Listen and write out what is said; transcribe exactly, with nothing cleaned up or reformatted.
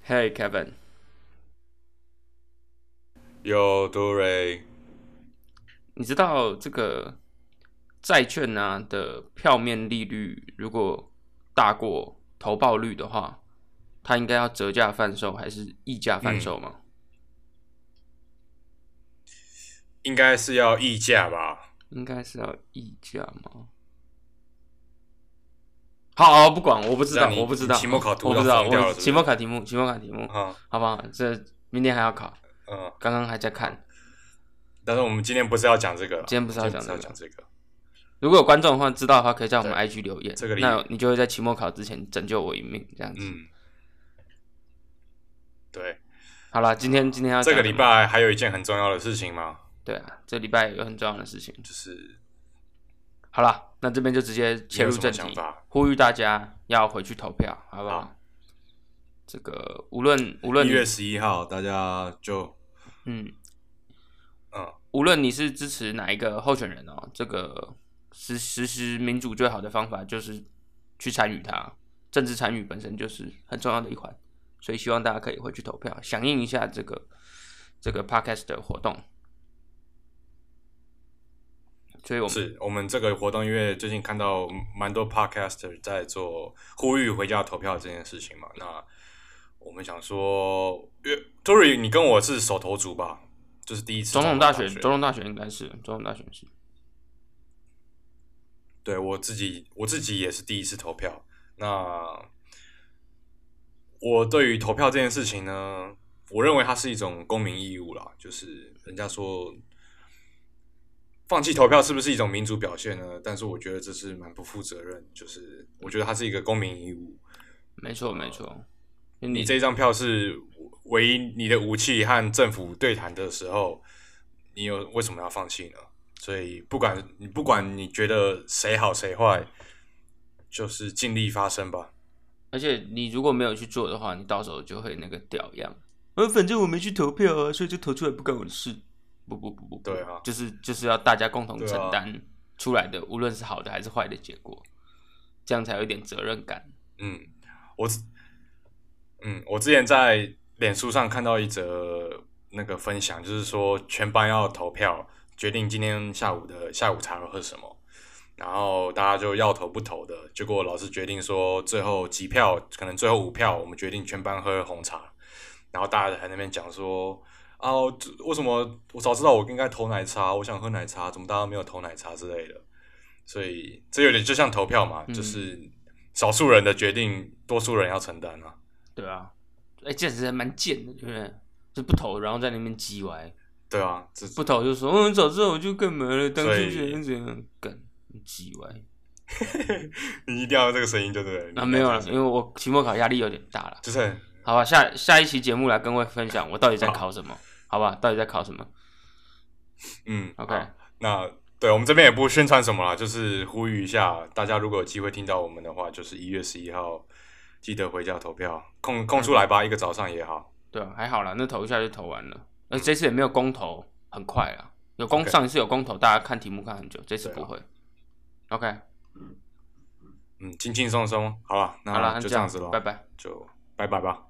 Hey Kevin， 有杜瑞， 你知道这个债券啊的票面利率如果大过投报率的话，它应该要折价贩售还是溢价贩售吗？ 嗯，应该是要溢价吧？ 应该是要溢价吗？好，好不管，我不知道， 这样你我不知道， 你期末考我不知道， 读到疯掉我期了是不是？ 末考题目，期末考题目， 哈， 好不好？这明天还要考， 嗯， 刚刚还在好。 看， 但是我们今天不是要讲这个了， 今天不是我们今天不是要讲这个。 要讲这个。 如果有观众的话知道的话，可以在我们对， I G 留言， 这个礼， 那你就会在期末考之前拯救我一命，这样子。 嗯，对。 好啦，今天今天要这个讲什么？ 礼拜还有一件很重要的事情吗？ 对啊，这礼拜有很重要的事情。 就是好啦，那这边就直接切入正题，呼吁大家要回去投票，好不好？好，这个无论无论一月十一号，大家就嗯嗯， 无论你是支持哪一个候选人哦，这个实实施民主最好的方法就是去参与它，政治参与本身就是很重要的一环，所以希望大家可以回去投票，响应一下这个这个 podcast 的活动。所以我们是我们这个活动，因为最近看到蛮多 podcaster 在做呼吁回家投票这件事情嘛，那我们想说，因为 Tory 你跟我是首投族吧，就是第一次总统大选， 选， 总统大选应该是总统大选是。 对我自己我自己也是第一次投票。那我对于投票这件事情呢，我认为它是一种公民义务啦，就是人家说。放弃投票是不是一种民主表现呢？但是我觉得这是蛮不负责任，就是我觉得它是一个公民义务。 没错，没错。 你这张票是唯一你的武器和政府对谈的时候，你有为什么要放弃呢？所以不管你不管你觉得谁好谁坏，就是尽力发声吧。 而且你如果没有去做的话，你到时候就会那个屌样。呃，反正我没去投票啊，所以就投出来不干我的事。不不不不不， 对啊， 就是就是要大家共同承担出来的，啊、无论是好的还是坏的结果，这样才有一点责任感。 嗯，我嗯我之前在脸书上看到一则那个分享，就是说全班要投票决定今天下午的下午茶要喝什么，然后大家就要投不投的，结果老师决定说最后几票，可能最后五票，我们决定全班喝红茶，然后大家在那边讲说。啊，为什么我早知道我应该投奶茶？我想喝奶茶，怎么大家没有投奶茶之类的？所以这有点就像投票嘛，嗯、就是少数人的决定，多数人要承担啊。 对啊，哎、欸，这样子还蛮贱的，对不对？就不投，然后在那边叽歪。 对啊， 不投就说，嗯，早知道我就干嘛了，当初怎样怎样干，叽歪。 你一定要这个声音，对不对？ 啊，没有了，因为我期末考压力有点大了。 就是。 好吧，下下一期节目来跟各位分享我到底在考什么，好, 好吧？到底在考什么？ 嗯 ，OK。 那对我们这边也不宣传什么啦，就是呼吁一下大家，如果有机会听到我们的话，就是一月十一号记得回家投票，空空出来吧，嗯、一个早上也好。 对啊，还好啦，那投一下就投完了。而这次也没有公投，很快啦。有公、okay. 上一次有公投，大家看题目看很久，这次不会。啊、OK。 嗯，轻轻松松，好了，那就这样子咯， 拜拜， 就拜拜吧。